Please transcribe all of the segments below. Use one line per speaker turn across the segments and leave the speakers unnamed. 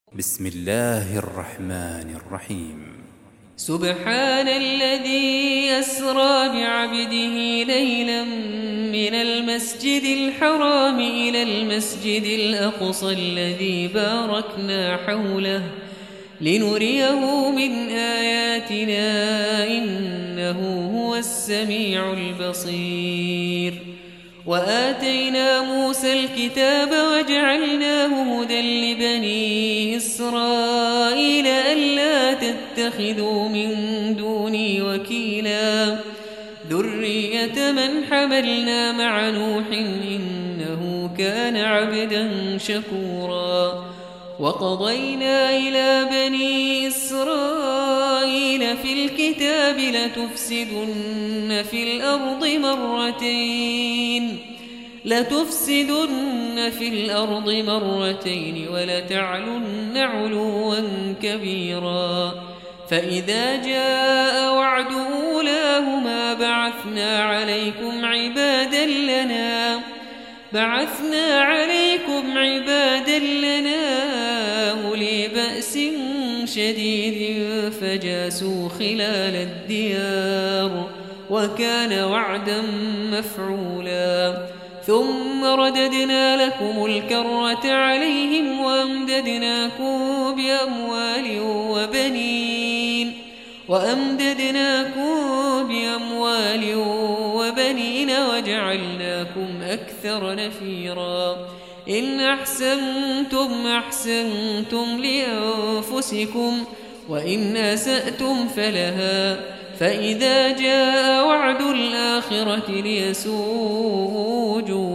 بسم الله الرحمن الرحيم.
سبحان الذي أسرى بعبده ليلا من المسجد الحرام إلى المسجد الأقصى الذي باركنا حوله لنريه من آياتنا إنه هو السميع البصير. وآتينا موسى الكتاب وجعلناه هدى لبني إسرائيل ألا تتخذوا من دوني وكيلا ذرية من حملنا مع نوح إنه كان عبدا شكورا. وقضينا إلى بني إسرائيل في الكتاب لتفسدن في الأرض مرتين ولتعلن علوا كبيرا. فإذا جاء وعد أولاهما بعثنا عليكم عبادا لنا أولي بأس شديد فجاسوا خلال الديار وكان وعدا مفعولا. ثم رددنا لكم الكرة عليهم وأمددناكم بأموال وبنين وجعلناكم أكثر نفيرا. إن أحسنتم أحسنتم لأنفسكم وإن أسأتم فلها. فإذا جاء وعد الآخرة ليسوءوا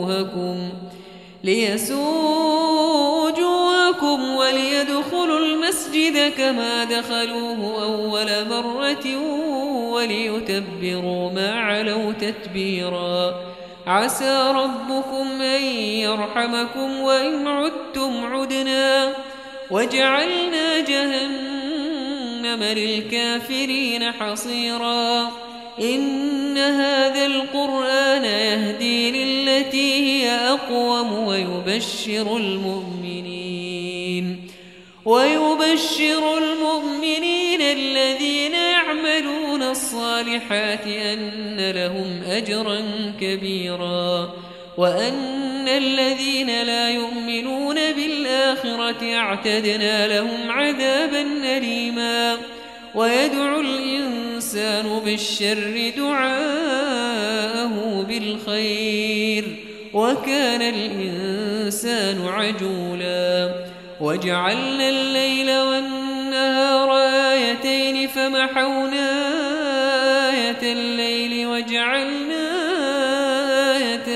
وجوهكم وليدخلوا المسجد كما دخلوه أول مرة وليتبروا ما علوا تتبيرا. عسى ربكم أن يرحمكم وإن عدتم عدنا وجعلنا جهنم للكافرين حصيرا. إن هذا القرآن يهدي للتي هي أقوم ويبشر المؤمنين الذين يعملون الصالحات أن لهم أجرا كبيرا وأن الذين لا يؤمنون بالآخرة اعتدنا لهم عذابا أليما. ويدعو الإنسان بالشر دعاءه بالخير وكان الإنسان عجولا. وجعلنا الليل والنهار آيتين فمحونا آية الليل وجعلنا آية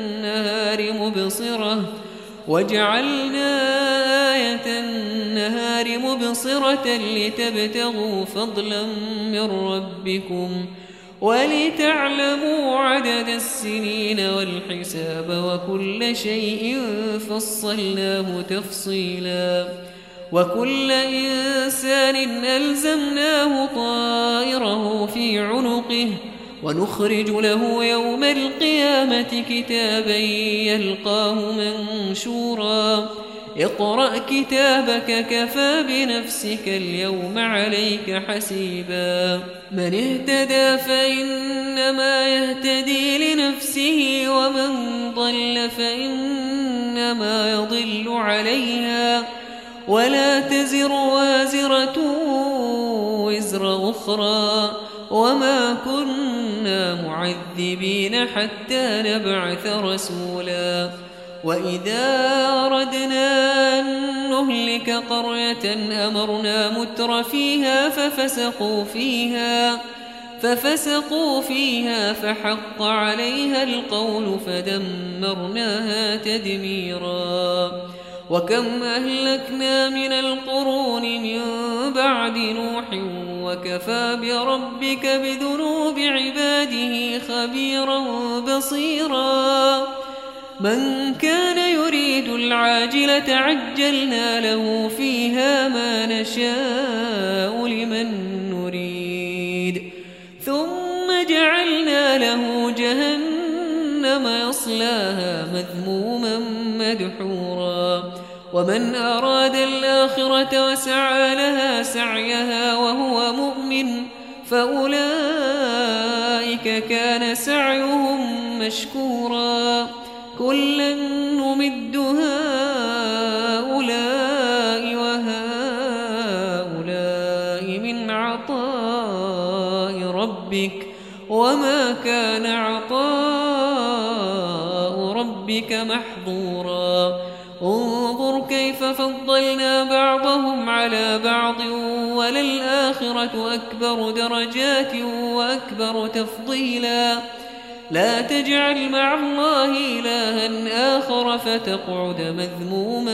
النهار مبصرة لتبتغوا فضلا من ربكم ولتعلموا عدد السنين والحساب وكل شيء فصلناه تفصيلا. وكل إنسان ألزمناه طائره في عنقه ونخرج له يوم القيامة كتابا يلقاه منشورا. اقرأ كتابك كفى بنفسك اليوم عليك حسيبا. من اهتدى فإنما يهتدي لنفسه ومن ضل فإنما يضل عليها ولا تزر وازرة وزر أخرى وما كنا معذبين حتى نبعث رسولا. وإذا أردنا أن نهلك قرية أمرنا متر فيها ففسقوا فيها فحق عليها القول فدمرناها تدميرا. وكم أهلكنا من القرون من بعد نوح وكفى بربك بذنوب عباده خبيرا بصيرا. من كان يريد العاجلة عجلنا له فيها ما نشاء لمن نريد ثم جعلنا له جهنم يصلاها مذموما مدحورا ومن أراد الآخرة وسعى لها سعيها وهو مؤمن فأولئك كان سعيهم مشكورا كلا نمد هؤلاء وهؤلاء من عطاء ربك وما كان عطاء ربك محظورا انظر كيف فضلنا بعضهم على بعض وللآخرة أكبر درجات وأكبر تفضيلا لا تجعل مع الله إلها آخر فتقعد مذموما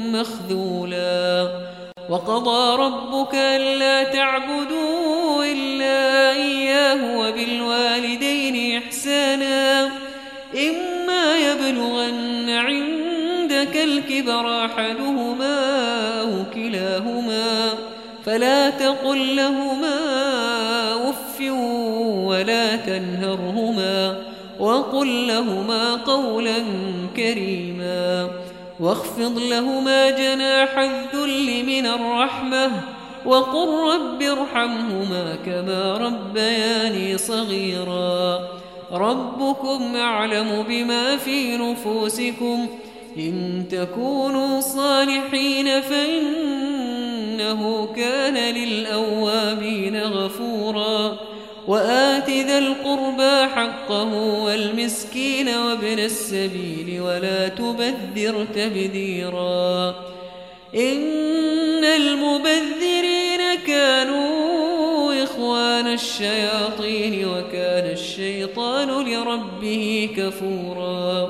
مخذولا وقضى ربك ألا تعبدوا إلا إياه وبالوالدين إحسانا إما يبلغن عندك الكبر أحدهما أو كلاهما فلا تقل لهما أف ولا تنهرهما وقل لهما قولا كريما واخفض لهما جناح الذل من الرحمة وقل رب ارحمهما كما ربياني صغيرا ربكم أعلم بما في نفوسكم إن تكونوا صالحين فإنه كان للأوابين غفورا وآت ذا القربى حقه والمسكين وابن السبيل ولا تبذر تبذيرا إن المبذرين كانوا إخوان الشياطين وكان الشيطان لربه كفورا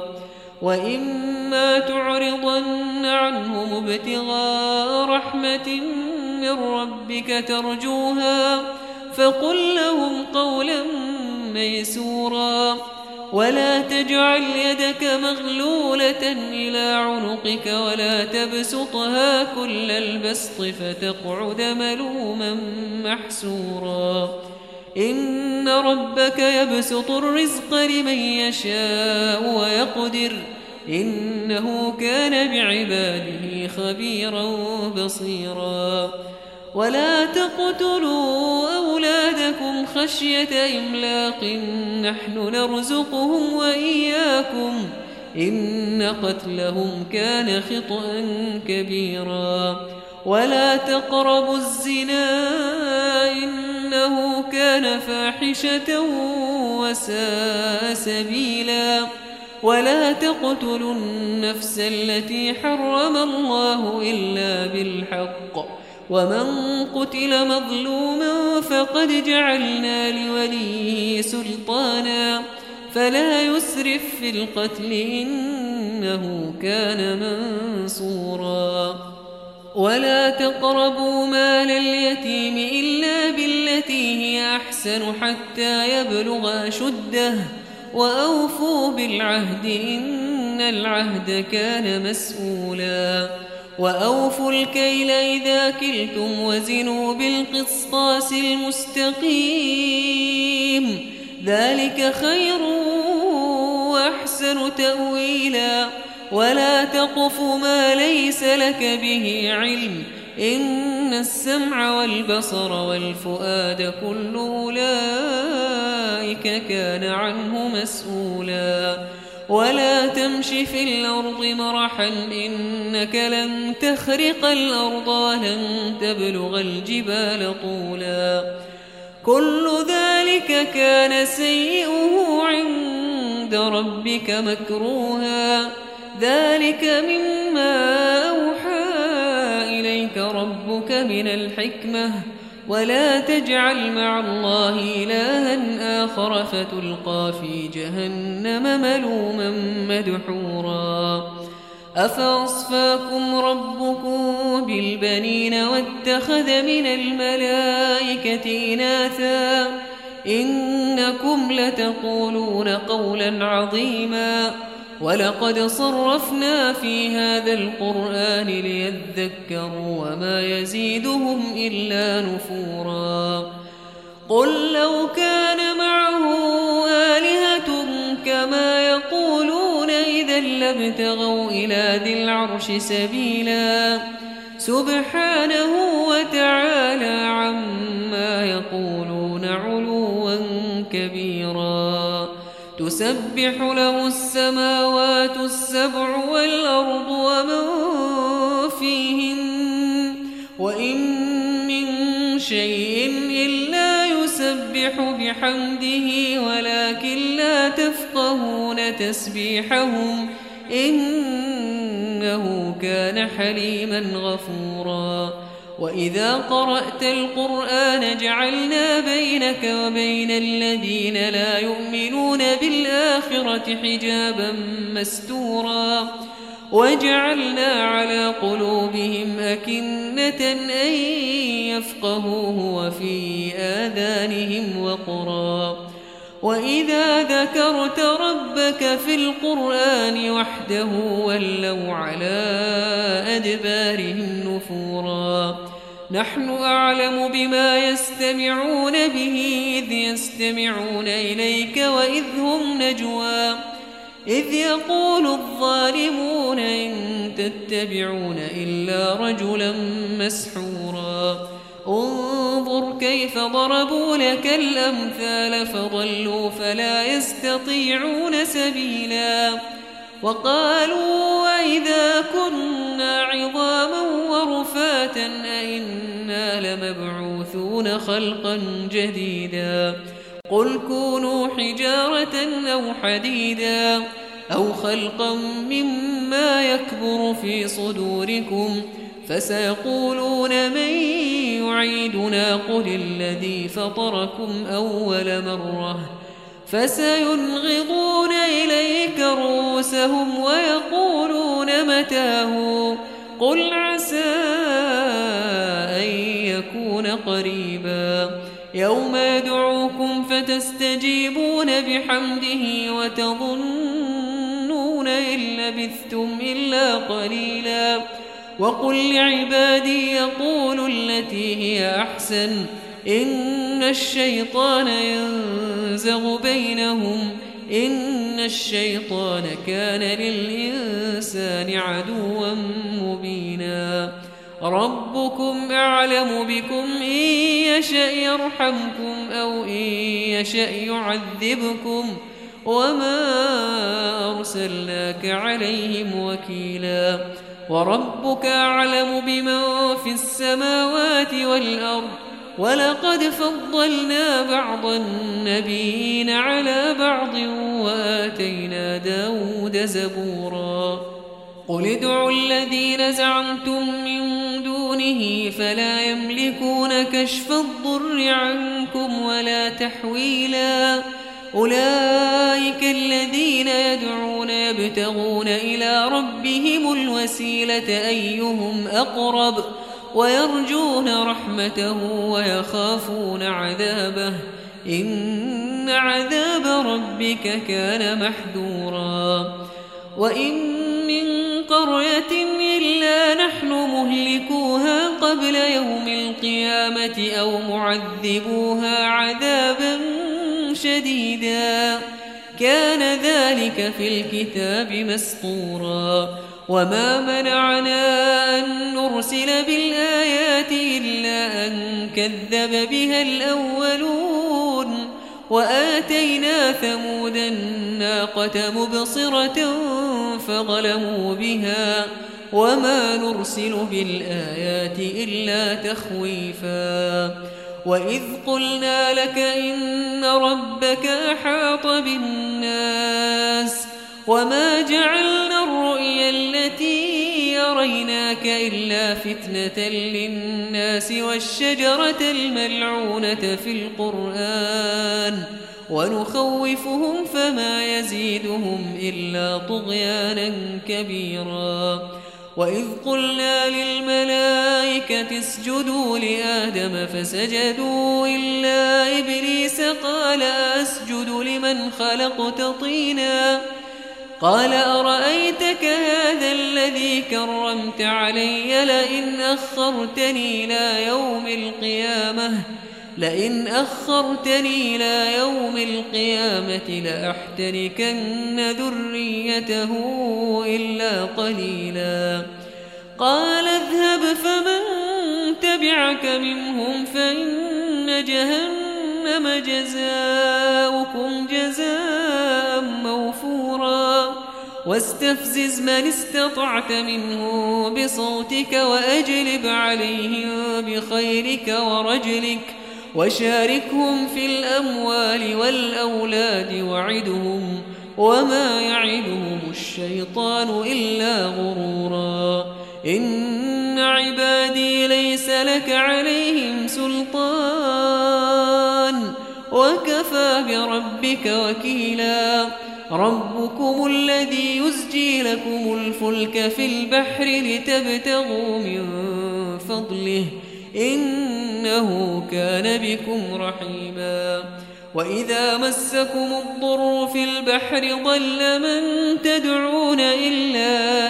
وإما تعرضن عنهم ابتغاء رحمة من ربك ترجوها فقل لهم قولا ميسورا ولا تجعل يدك مغلولة إلى عنقك ولا تبسطها كل البسط فتقعد ملوما محسورا إن ربك يبسط الرزق لمن يشاء ويقدر إنه كان بعباده خبيرا بصيرا ولا تقتلوا أولادكم خشية إملاق نحن نرزقهم وإياكم إن قتلهم كان خطأ كبيرا ولا تقربوا الزنا إنه كان فاحشة وساء سبيلا ولا تقتلوا النفس التي حرم الله إلا بالحق ومن قتل مظلوما فقد جعلنا لوليه سلطانا فلا يسرف في القتل إنه كان منصورا ولا تقربوا مال اليتيم إلا بالتي هي أحسن حتى يبلغ أشده وأوفوا بالعهد إن العهد كان مسؤولا وأوفوا الكيل إذا كلتم وزنوا بالقسطاس المستقيم ذلك خير وأحسن تأويلا ولا تقف ما ليس لك به علم إن السمع والبصر والفؤاد كل أولئك كان عنه مسؤولا ولا تمش في الأرض مرحا إنك لن تخرق الأرض ولن تبلغ الجبال طولا كل ذلك كان سيئه عند ربك مكروها ذلك مما أوحى إليك ربك من الحكمة ولا تجعل مع الله إلها آخر فتلقى في جهنم ملوما مدحورا أفأصفاكم ربكم بالبنين واتخذ من الملائكة إناثا إنكم لتقولون قولا عظيما ولقد صرفنا في هذا القرآن ليذكروا وما يزيدهم إلا نفورا قل لو كان معه آلهة كما يقولون إذا لابتغوا إلى ذي العرش سبيلا سبحانه وتعالى عما يقولون علوا كبيرا تسبح له السماوات السبع والأرض ومن فيهن وإن من شيء إلا يسبح بحمده ولكن لا تفقهون تسبيحهم إنه كان حليما غفورا وإذا قرأت القرآن جعلنا بينك وبين الذين لا يؤمنون بالآخرة حجابا مستورا وجعلنا على قلوبهم أكنة أن يفقهوه وفي آذانهم وقرا وإذا ذكرت ربك في القرآن وحده ولوا على أدبارهم نفورا نحن أعلم بما يستمعون به إذ يستمعون إليك وإذ هم نجوى إذ يقول الظالمون إن تتبعون إلا رجلا مسحورا انظر كيف ضربوا لك الأمثال فضلوا فلا يستطيعون سبيلا وقالوا وإذا كنا عظاما ورفاتا أئنا لمبعوثون خلقا جديدا قل كونوا حجارة أو حديدا أو خلقا مما يكبر في صدوركم فسيقولون من يعيدنا قل الذي فطركم أول مرة فسينغضون إليك رؤوسهم ويقولون متاه قل عسى أن يكون قريبا يوم يدعوكم فتستجيبون بحمده وتظنون إن لبثتم إلا قليلا وقل لعبادي يقولوا التي هي أحسن إن الشيطان ينزغ بينهم إن الشيطان كان للإنسان عدوا مبينا ربكم أعلم بكم إن يشأ يرحمكم أو إن يشأ يعذبكم وما أرسلناك عليهم وكيلا وربك أعلم بمن في السماوات والأرض ولقد فضلنا بعض النبيين على بعض وآتينا داود زبورا قل ادعوا الذين زعمتم من دونه فلا يملكون كشف الضر عنكم ولا تحويلا أولئك الذين يدعون يبتغون إلى ربهم الوسيلة أيهم أقرب ويرجون رحمته ويخافون عذابه إن عذاب ربك كان محذورا وإن من قرية إلا نحن مهلكوها قبل يوم القيامة أو معذبوها عذابا شديدا كان ذلك في الكتاب مسطورا وما منعنا أن نرسل بالآيات إلا أن كذب بها الأولون وآتينا ثمود الناقة مبصرة فظلموا بها وما نرسل بالآيات إلا تخويفا وإذ قلنا لك إن ربك أحاط بالناس وما جعلنا الرؤيا التي يريناك إلا فتنة للناس والشجرة الملعونة في القرآن ونخوفهم فما يزيدهم إلا طغيانا كبيرا وإذ قلنا للملائكة اسجدوا لآدم فسجدوا إلا إبليس قال أسجد لمن خلقت طينا قال أرأيتك هذا الذي كرمت علي لئن أخرتني إلى يوم القيامة لئن أخرتني إلى يوم القيامة لأحتركن ذريته إلا قليلا قال اذهب فمن تبعك منهم فإن جهنم جزاؤكم جزاء موفورا واستفزز من استطعت منهم بصوتك وأجلب عليهم بخيرك ورجلك وشاركهم في الأموال والأولاد وعدهم وما يعدهم الشيطان إلا غرورا إن عبادي ليس لك عليهم سلطان وكفى بربك وكيلا ربكم الذي يزجي لكم الفلك في البحر لتبتغوا من فضله إنه كان بكم رحيما وإذا مسكم الضر في البحر ضل من تدعون إلا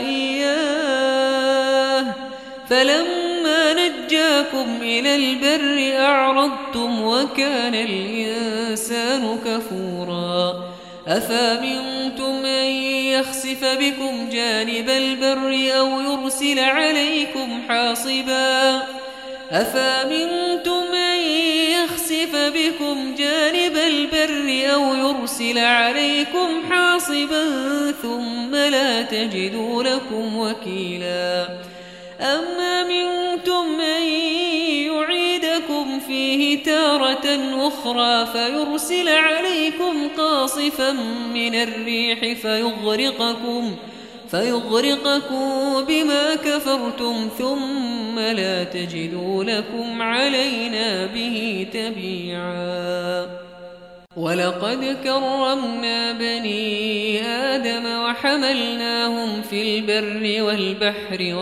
إياه فلما نجاكم إلى البر أعرضتم وكان الإنسان كفورا أفأمنتم أن يخسف بكم جانب البر أو يرسل عليكم حاصبا أفأمنتم أن يخسف بكم جانب البر أو يرسل عليكم حاصبا ثم لا تجدوا لكم وكيلا أم أمنتم أن يعيدكم فيه تارة أخرى فيرسل عليكم قاصفا من الريح فيغرقكم بما كفرتم ثم لا تجدوا لكم علينا به تبيعا ولقد كرمنا بني آدم وحملناهم في البر والبحر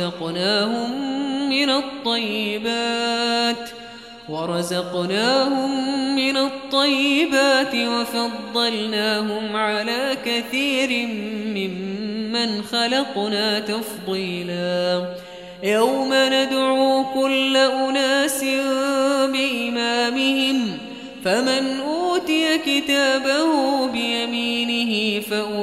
ورزقناهم من الطيبات وفضلناهم على كثير ممن خلقنا تفضيلا يوم ندعو كل أناس بإمامهم فمن أوتي كتابه بيمينه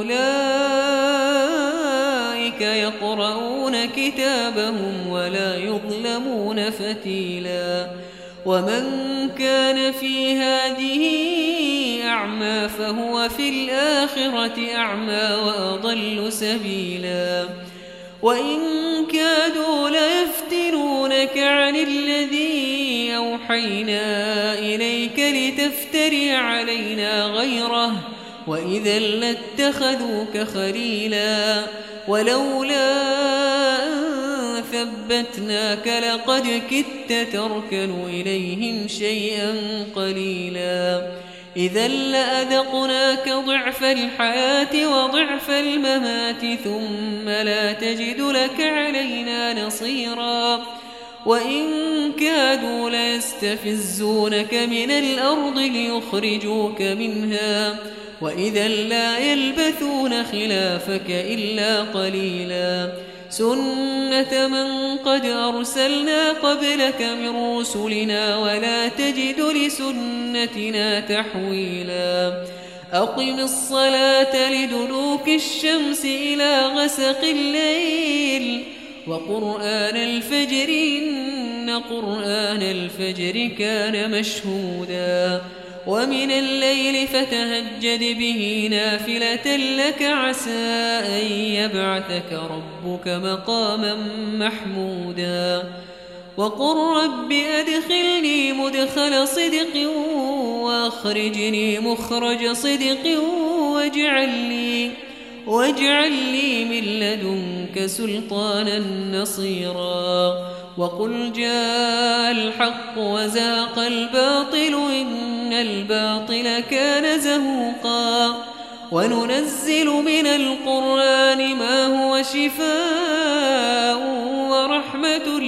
فأولئك يقرؤون كتابهم ولا يظلمون فتيلا ومن كان في هذه أعمى فهو في الآخرة أعمى وأضل سبيلا وإن كادوا ليفتنونك عن الذي أوحينا إليك لتفتري علينا غيره وإذا لاتخذوك خليلا ولولا أن ثبتناك لقد كدت تركن إليهم شيئا قليلا إذا لأذقناك ضعف الحياة وضعف الممات ثم لا تجد لك علينا نصيرا وإن كادوا ليستفزونك من الأرض ليخرجوك منها وإذا لا يلبثون خلافك إلا قليلا سنة من قد أرسلنا قبلك من رسلنا ولا تجد لسنتنا تحويلا أقم الصلاة لدلوك الشمس إلى غسق الليل وقرآن الفجر إن قرآن الفجر كان مشهودا ومن الليل فتهجد به نافلة لك عسى أن يبعثك ربك مقاما محمودا وقل رب أدخلني مدخل صدق وأخرجني مخرج صدق واجعل لي من لدنك سلطانا نصيرا وقل جاء الحق وزاق الباطل إن الباطل كان زهوقا وننزل من القرآن ما هو شفاء ورحمة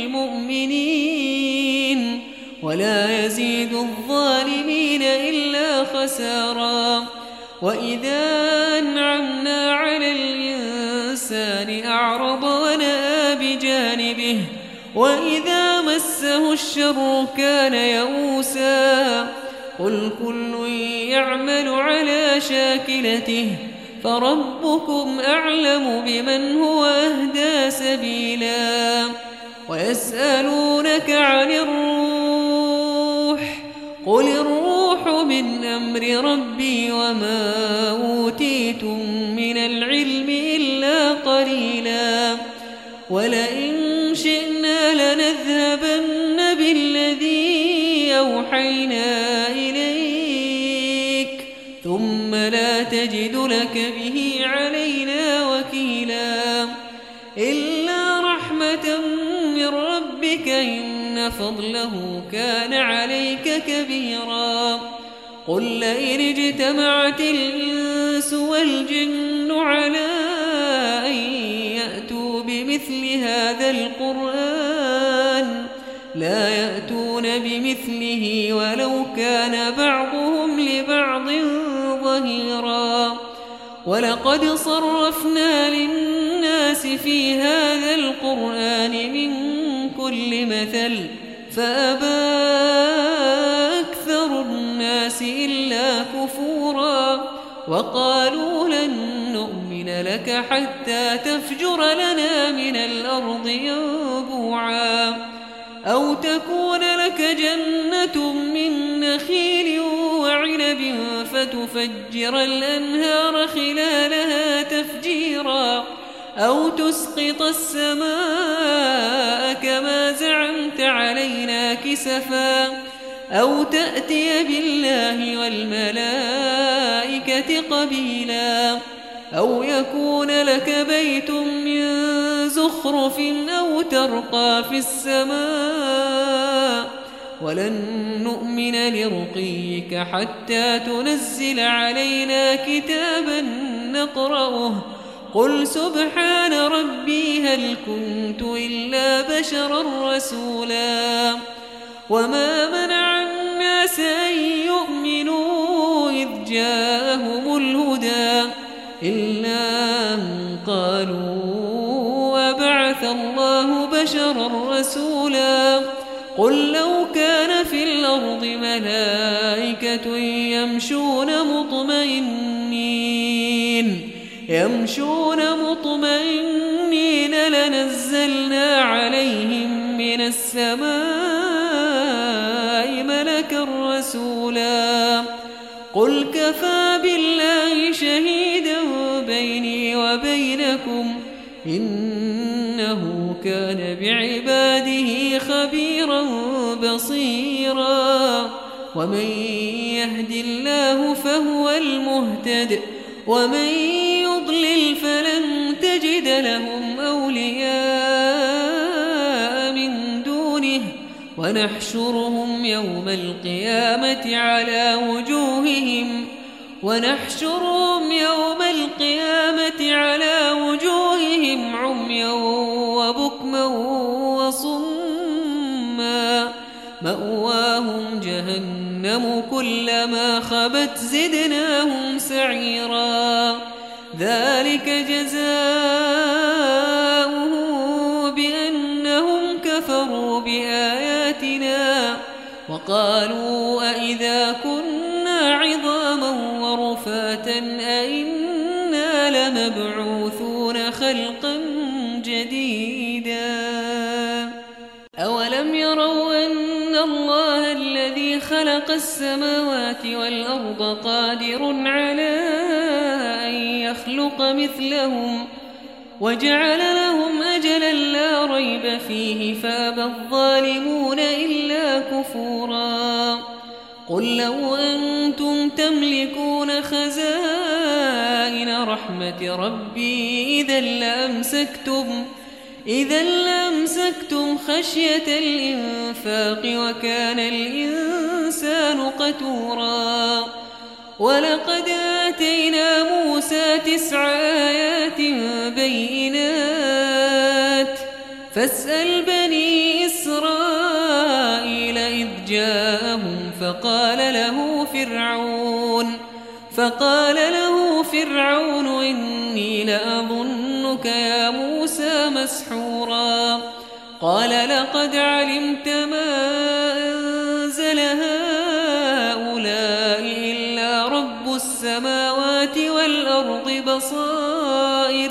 للمؤمنين ولا يزيد الظالمين إلا خسارا وإذا أنعمنا على الإنسان أعرض ونأى بجانبه وإذا مسه الشر كان يئوسا قل كل يعمل على شاكلته فربكم أعلم بمن هو أهدى سبيلا ويسألونك عن الروح قل الروح من أمر ربي وما أوتيتم من العلم إلا قليلا ولئن شئنا لنذهبن بالذي أوحينا إليك ثم لا تجد لك به علينا وكيلا إلا رحمة من ربك إن فضله كان عليك كبيرا قل لئن اجتمعت الإنس والجن على أن يأتوا بمثل هذا القرآن لا يأتون بمثله ولو كان بعضهم لبعض ظهيرا ولقد صرفنا للناس في هذا القرآن من كل مثل فأبى أكثر الناس إلا كفورا وقالوا لن نؤمن لك حتى تفجر لنا من الأرض ينبوعا أو تكون لك جنة من نخيل وعنب فتفجر الأنهار خلالها تفجيرا أو تسقط السماء كما زعمت علينا كسفا أو تأتي بالله والملائكة قبيلا أو يكون لك بيت من زخرف أو ترقى في السماء ولن نؤمن لرقيك حتى تنزل علينا كتابا نقرأه قل سبحان ربي هل كنت إلا بشرا رسولا وما منع الناس أن يؤمنوا إذ جاءهم الهدى إلا أن قالوا وبعث الله بشرا رسولا قل لو كان في الأرض ملائكة يمشون مطمئنين لنزلنا عليهم من السماء ملكا رسولا قل كفى بالله شهيدا بيني وبينكم إنه كان بعباده خبيرا بصيرا ومن يهد الله فهو المهتد ومن يضلل فلن تجد لهم أولياء من دونه ونحشرهم يوم القيامة على وجوههم عميا وبكما وصما مأواهم جهنم كلما خبت زدناهم سعيرا ذلك جزاؤه بأنهم كفروا بآياتنا وقالوا أئذا كنا عظاما ورفاتا أئنا لمبعوثون خلقا جديدا أولم يروا أن الله الذي خلق السماوات والأرض قادر على أن يخلق مثلهم وجعل لهم أجلا لا ريب فيه فأبى الظالمون إلا كفورا قل لو أنتم تملكون خزائن رحمة ربي إذا لأمسكتم خشية الإنفاق وكان الإنسان قتورا ولقد آتينا موسى 9 آيات بينات فاسأل بني إسرائيل إذ جاءهم فقال له فرعون إني لأظنك يا موسى مسحورا قال لقد علمت ما أنزل هؤلاء إلا رب السماوات والأرض بصائر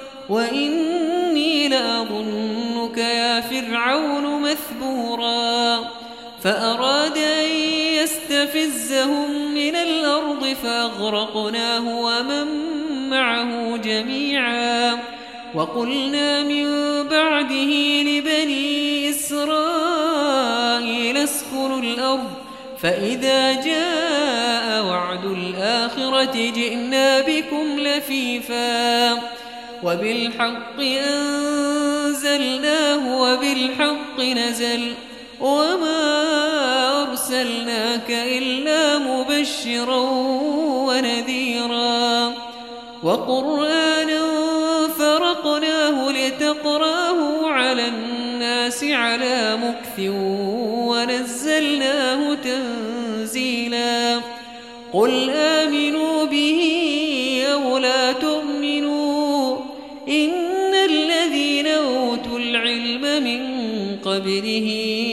وإني لأظنك يا فرعون مثبورا فأراد أن يستفزهم من الأرض فأغرقناه ومن معه جميعا وقلنا من بعده لبني إسرائيل اسكنوا الأرض فإذا جاء وعد الآخرة جئنا بكم لفيفا وبالحق أنزلناه وبالحق نزل وما أرسلناك إلا مبشرا ونذيرا وقرآنا فرقناه لتقراه على الناس على مكث ونزلناه تنزيلا قل آمنوا به أو لا تؤمنوا إن الذين أوتوا العلم من قبله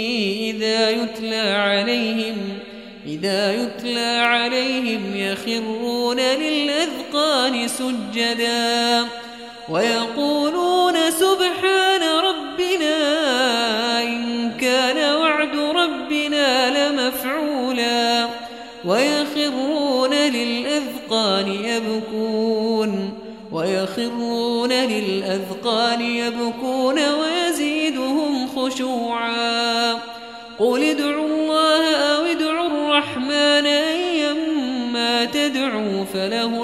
إذا يتلى عليهم يخرون للأذقان سجدا ويقولون سبحان ربنا إن كان وعد ربنا لمفعولا ويخرون للأذقان يبكون ويزيدهم خشوعا قل ادعوا الله أو ادعوا الرحمن أيما تدعوا فله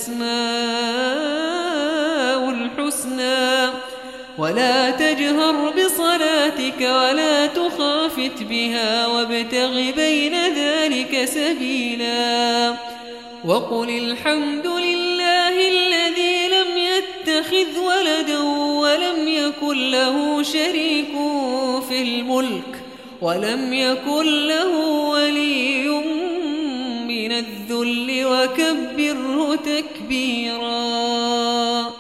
الأسماء الحسنى ولا تجهر بصلاتك ولا تخافت بها وابتغ بين ذلك سبيلا وقل الحمد لله الذي لم يتخذ ولدا ولم يكن له شريك في الملك ولم يكن له ولي من الذل وكبره تكبيرا.